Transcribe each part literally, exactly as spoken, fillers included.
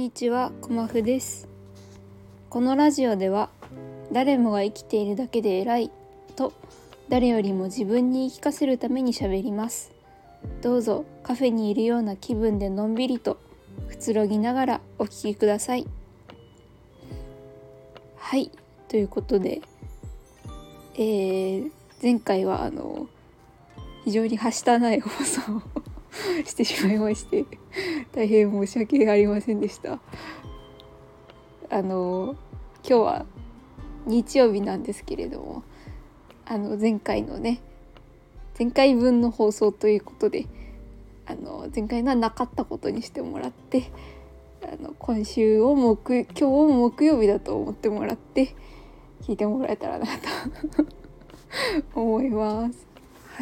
にちは、こまふです。このラジオでは誰もが生きているだけで偉いと誰よりも自分に言い聞かせるために喋ります。どうぞカフェにいるような気分でのんびりとくつろぎながらお聞きください。はい、ということで、えー、前回はあの非常にはしたない放送をしてしまいまして大変申し訳ありませんでした。あの今日は日曜日なんですけれども、あの前回のね前回分の放送ということで、あの前回のはなかったことにしてもらって、あの今週を木今日を木曜日だと思ってもらって聞いてもらえたらなと思います。はい。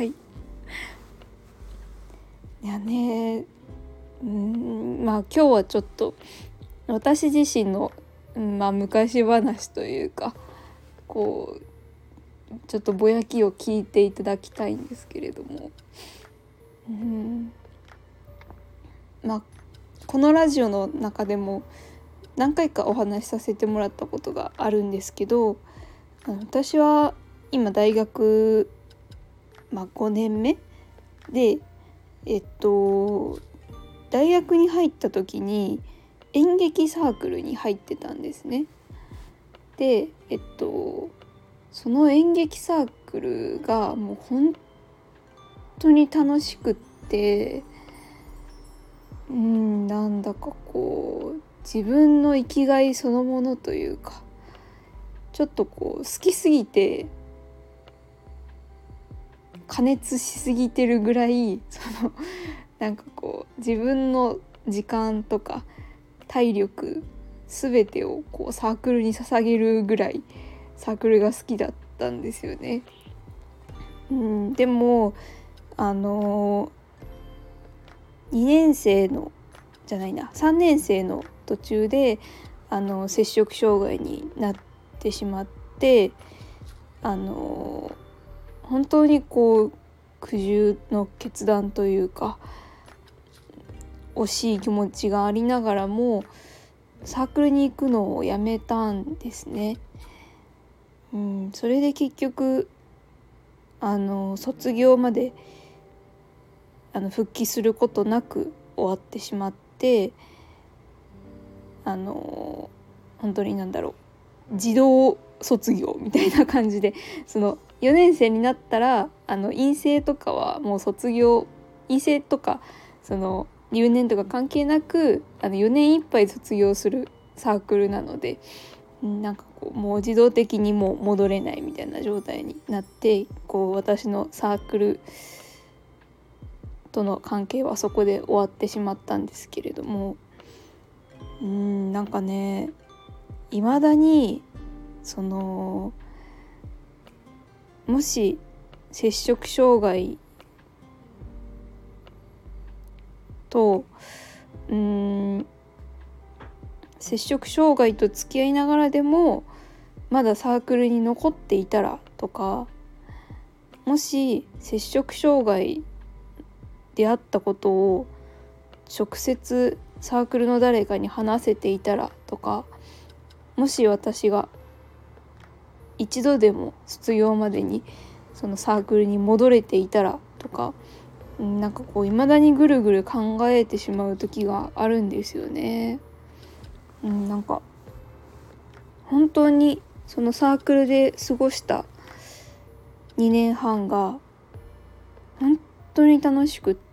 いやね、うーんまあ今日はちょっと私自身の、まあ、昔話というか、こうちょっとぼやきを聞いていただきたいんですけれども、うーんまあこのラジオの中でも何回かお話しさせてもらったことがあるんですけど、私は今大学、まあ、ごねんめで、えっと大学に入った時に演劇サークルに入ってたんですね。で、えっとその演劇サークルがもう本当に楽しくって、うーんなんだかこう自分の生きがいそのものというか、ちょっとこう好きすぎて加熱しすぎてるぐらい、そのなんかこう自分の時間とか体力すべてをこうサークルに捧げるぐらいサークルが好きだったんですよね。うん、でもあのにねん生のじゃないなさんねん生の途中であの摂食障害になってしまって、あの本当にこう苦渋の決断というか惜しい気持ちがありながらもサークルに行くのをやめたんですね。うん、それで結局あの卒業まであの復帰することなく終わってしまって、あの本当になんだろう自動卒業みたいな感じで、そのよねん生になったらあの院生とかはもう卒業、院生とかその留年とか関係なくあのよねんいっぱい卒業するサークルなので、なんかこうもう自動的にもう戻れないみたいな状態になって、こう私のサークルとの関係はそこで終わってしまったんですけれども、うーんなんかね未だにそのもし摂食障害とうーん摂食障害と付き合いながらでもまだサークルに残っていたらとか、もし摂食障害であったことを直接サークルの誰かに話せていたらとか、もし私が一度でも卒業までにそのサークルに戻れていたらとか、なんかこう未だにぐるぐる考えてしまう時があるんですよね。うん、なんか本当にそのサークルで過ごしたにねんはんが本当に楽しくって、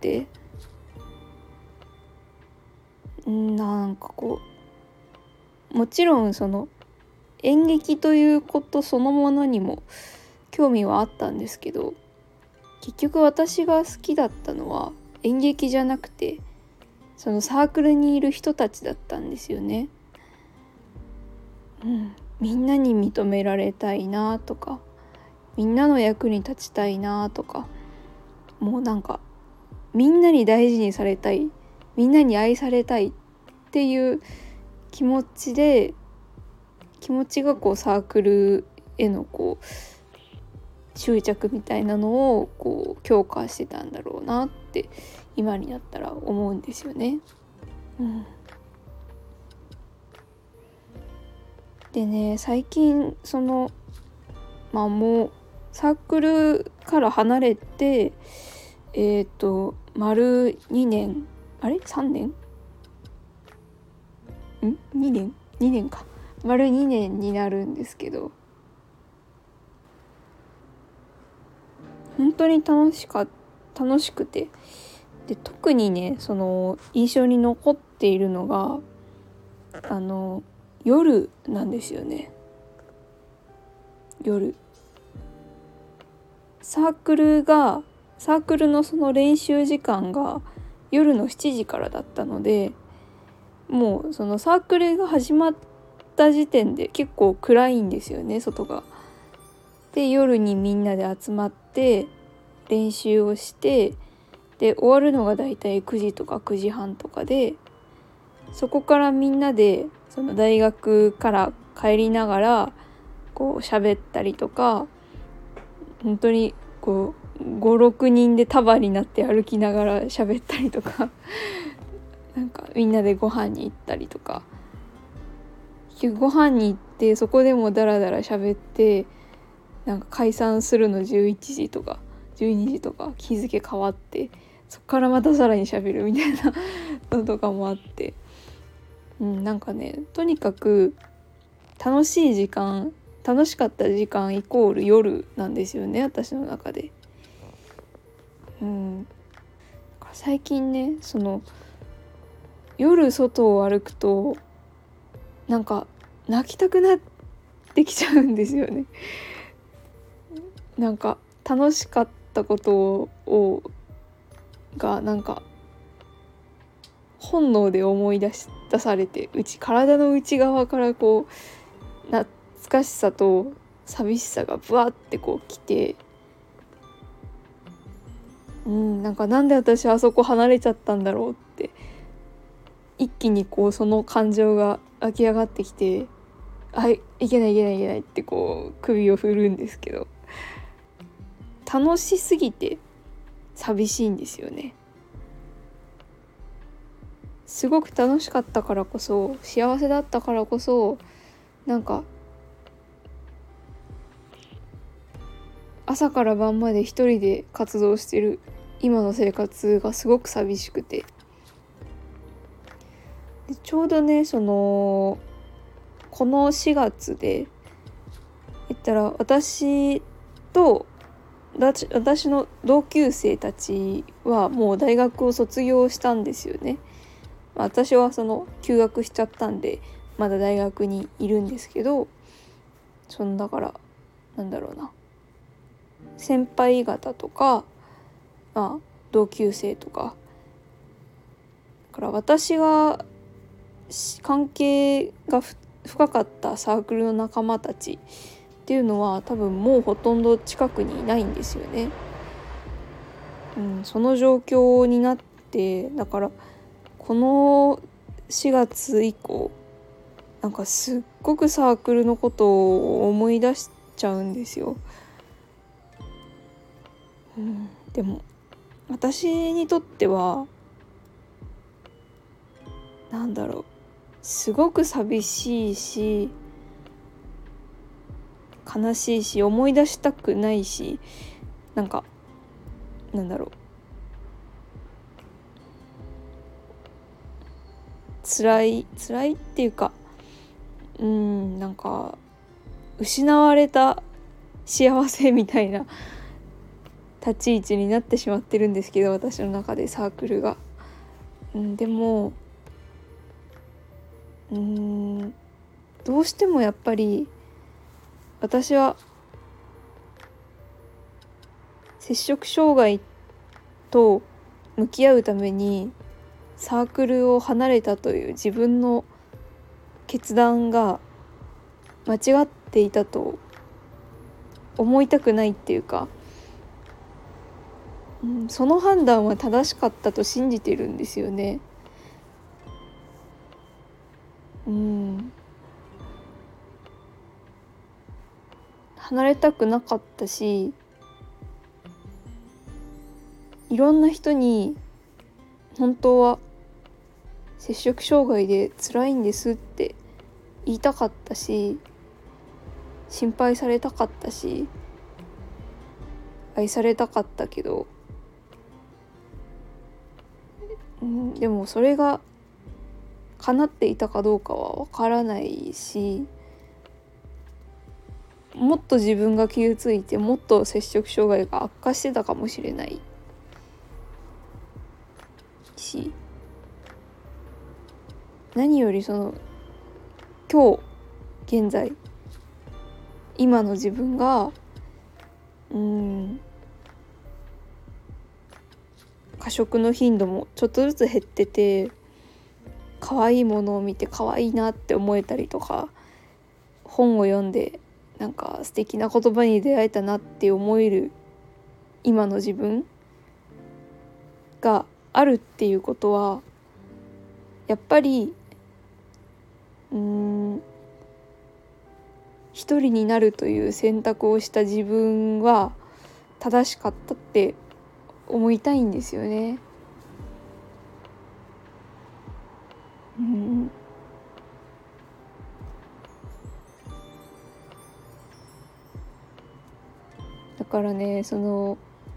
なんかこうもちろんその演劇ということそのものにも興味はあったんですけど、結局私が好きだったのは演劇じゃなくてそのサークルにいる人たちだったんですよね。うん、みんなに認められたいなとか、みんなの役に立ちたいなとか、もうなんかみんなに大事にされたい、みんなに愛されたいっていう気持ちで気持ちがこうサークルへのこう執着みたいなのをこう強化してたんだろうなって今になったら思うんですよね。うん、 でね、最近そのまあもうサークルから離れてえっ、ー、と丸にねん、あれさんねんんにねんにねんか、丸にねんになるんですけど、本当に楽しか楽しくて、で特にねその印象に残っているのがあの夜なんですよね。夜サークルがサークルのその練習時間が夜のしちじからだったので、もうそのサークルが始まった時点で結構暗いんですよね、外が。で夜にみんなで集まって練習をして、で終わるのがだいたいくじとかくじはんとかで、そこからみんなでその大学から帰りながらこう喋ったりとか、本当にこうごろくにんで束になって歩きながら喋ったりとかなんかみんなでご飯に行ったりとか、ご飯に行ってそこでもダラダラ喋って、なんか解散するのじゅういちじとかじゅうにじとか日付変わって、そっからまたさらに喋るみたいなのとかもあって、うん、なんかねとにかく楽しい時間楽しかった時間イコール夜なんですよね、私の中で。うん、最近ねその夜外を歩くとなんか泣きたくなってきちゃうんですよね。なんか楽しかったことをがなんか本能で思い出し出されて、うち体の内側からこう懐かしさと寂しさがブワーってこう来て、うんなんかなんで私あそこ離れちゃったんだろうって一気にこうその感情が湧き上がってきて、あいいけないいけないいけないってこう首を振るんですけど、楽しすぎて寂しいんですよね。すごく楽しかったからこそ、幸せだったからこそ、なんか朝から晩まで一人で活動してる今の生活がすごく寂しくて、でちょうどねそのこのしがつで言ったら私と私の同級生たちはもう大学を卒業したんですよね。私はその休学しちゃったんでまだ大学にいるんですけど、そのだからなんだろうな、先輩方とか、まあ、同級生とかだから私が関係が深かったサークルの仲間たちっていうのは多分もうほとんど近くにいないんですよね。うん、その状況になって、だからこのしがつ以降なんかすっごくサークルのことを思い出しちゃうんですよ。うん、でも私にとってはなんだろう、すごく寂しいし悲しいし思い出したくないし、なんかなんだろう、辛い辛いっていうか、うーんなんか失われた幸せみたいな立ち位置になってしまってるんですけど、私の中でサークルが、うん、でもうーんどうしてもやっぱり私は摂食障害と向き合うためにサークルを離れたという自分の決断が間違っていたと思いたくないっていうか、うん、その判断は正しかったと信じてるんですよね。うん離れたくなかったし、いろんな人に本当は摂食障害で辛いんですって言いたかったし、 心配されたかったし愛されたかったけど、うん、でもそれが叶っていたかどうかはわからないし、もっと自分が傷ついてもっと摂食障害が悪化してたかもしれないし、何よりその今日現在今の自分がうーん過食の頻度もちょっとずつ減ってて、可愛いものを見て可愛いなって思えたりとか、本を読んでなんか素敵な言葉に出会えたなって思える今の自分があるっていうことは、やっぱりうーん一人になるという選択をした自分は正しかったって思いたいんですよね。うん、だからね、その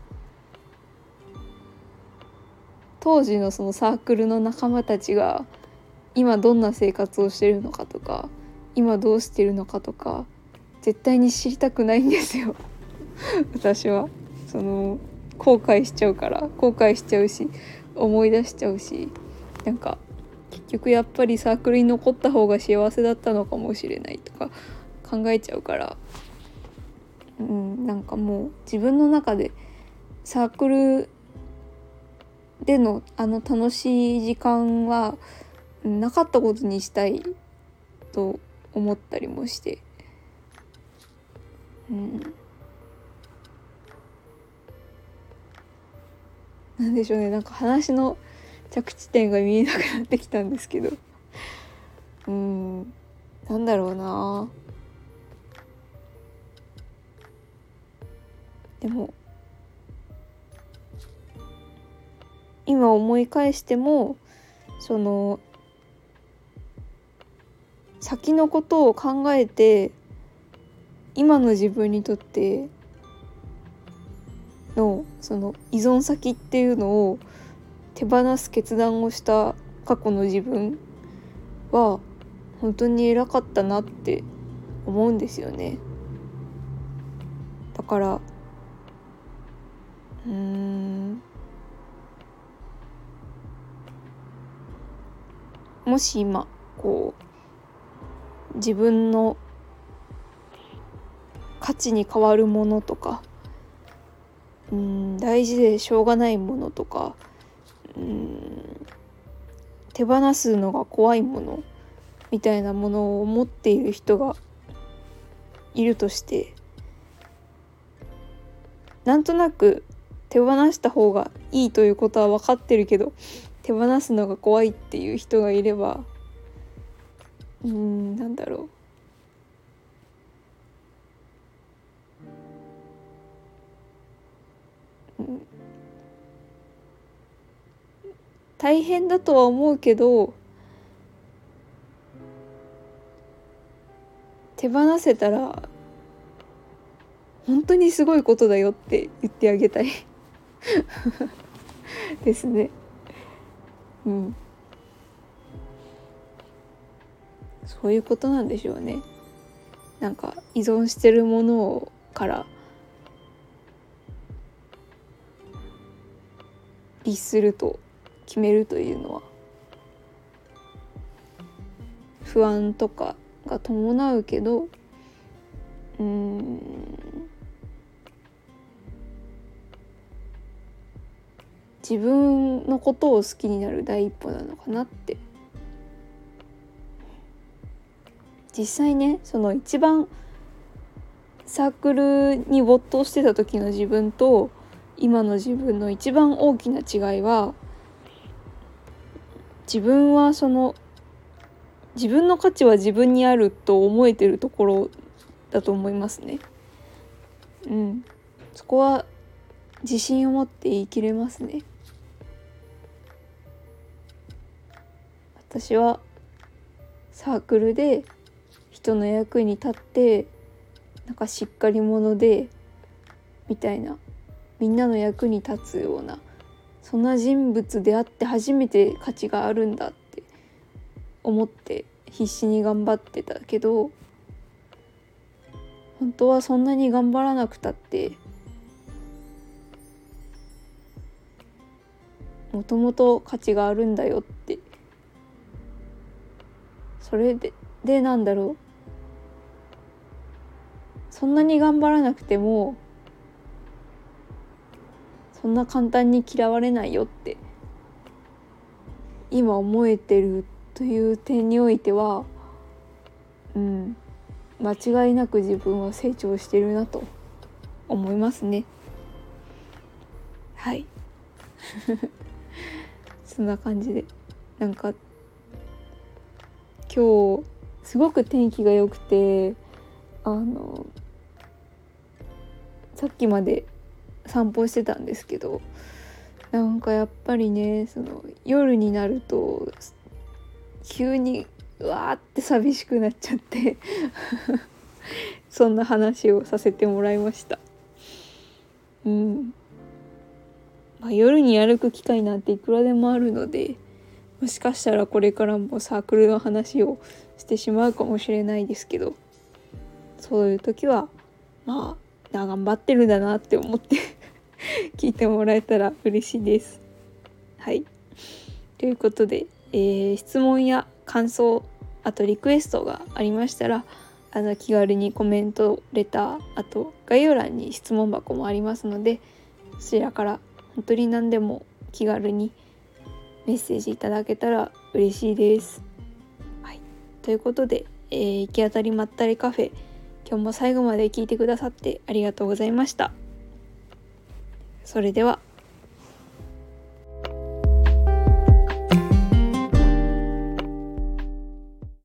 当時のそのサークルの仲間たちが今どんな生活をしてるのかとか、今どうしてるのかとか絶対に知りたくないんですよ私は。その後悔しちゃうから後悔しちゃうし思い出しちゃうし、なんか結局やっぱりサークルに残った方が幸せだったのかもしれないとか考えちゃうから、うん、なんかもう自分の中でサークルでのあの楽しい時間はなかったことにしたいと思ったりもして、うん、なんでしょうね、なんか話の着地点が見えなくなってきたんですけど、うん、なんだろうな。でも今思い返してもその先のことを考えて今の自分にとってのその依存先っていうのを手放す決断をした過去の自分は本当に偉かったなって思うんですよね。だからうーんもし今こう自分の価値に変わるものとか、うーん大事でしょうがないものとか、うーん手放すのが怖いものみたいなものを持っている人がいるとして、なんとなく手放した方がいいということは分かってるけど手放すのが怖いっていう人がいれば、うーんなんだろう、うん、大変だとは思うけど手放せたら本当にすごいことだよって言ってあげたいですね。うん、そういうことなんでしょうね。なんか依存してるものから律すると決めるというのは不安とかが伴うけど、うーん自分のことを好きになる第一歩なのかなって。実際ね、その一番サークルに没頭してた時の自分と今の自分の一番大きな違いは、自分はその自分の価値は自分にあると思えてるところだと思いますね。うん、そこは自信を持って言い切れますね。私はサークルで人の役に立ってなんかしっかり者でみたいな、みんなの役に立つような、そんな人物であって初めて価値があるんだって思って必死に頑張ってたけど、本当はそんなに頑張らなくたってもともと価値があるんだよって、それででなんだろう、そんなに頑張らなくてもそんな簡単に嫌われないよって今思えてるという点においては、うん間違いなく自分は成長してるなと思いますね。はいそんな感じで、なんか今日すごく天気が良くて、あのさっきまで散歩してたんですけど、なんかやっぱりね、その夜になると急にうわーって寂しくなっちゃってそんな話をさせてもらいました。うん、まあ、夜に歩く機会なんていくらでもあるので、もしかしたらこれからもサークルの話をしてしまうかもしれないですけど、そういう時はまあ頑張ってるんだなって思って聞いてもらえたら嬉しいです。はい、ということで、えー、質問や感想、あとリクエストがありましたら、あの気軽にコメント、レター、あと概要欄に質問箱もありますので、そちらから本当に何でも気軽にメッセージいただけたら嬉しいです。はい、ということで、えー、行き当たりまったりカフェ、今日も最後まで聞いてくださってありがとうございました。それでは。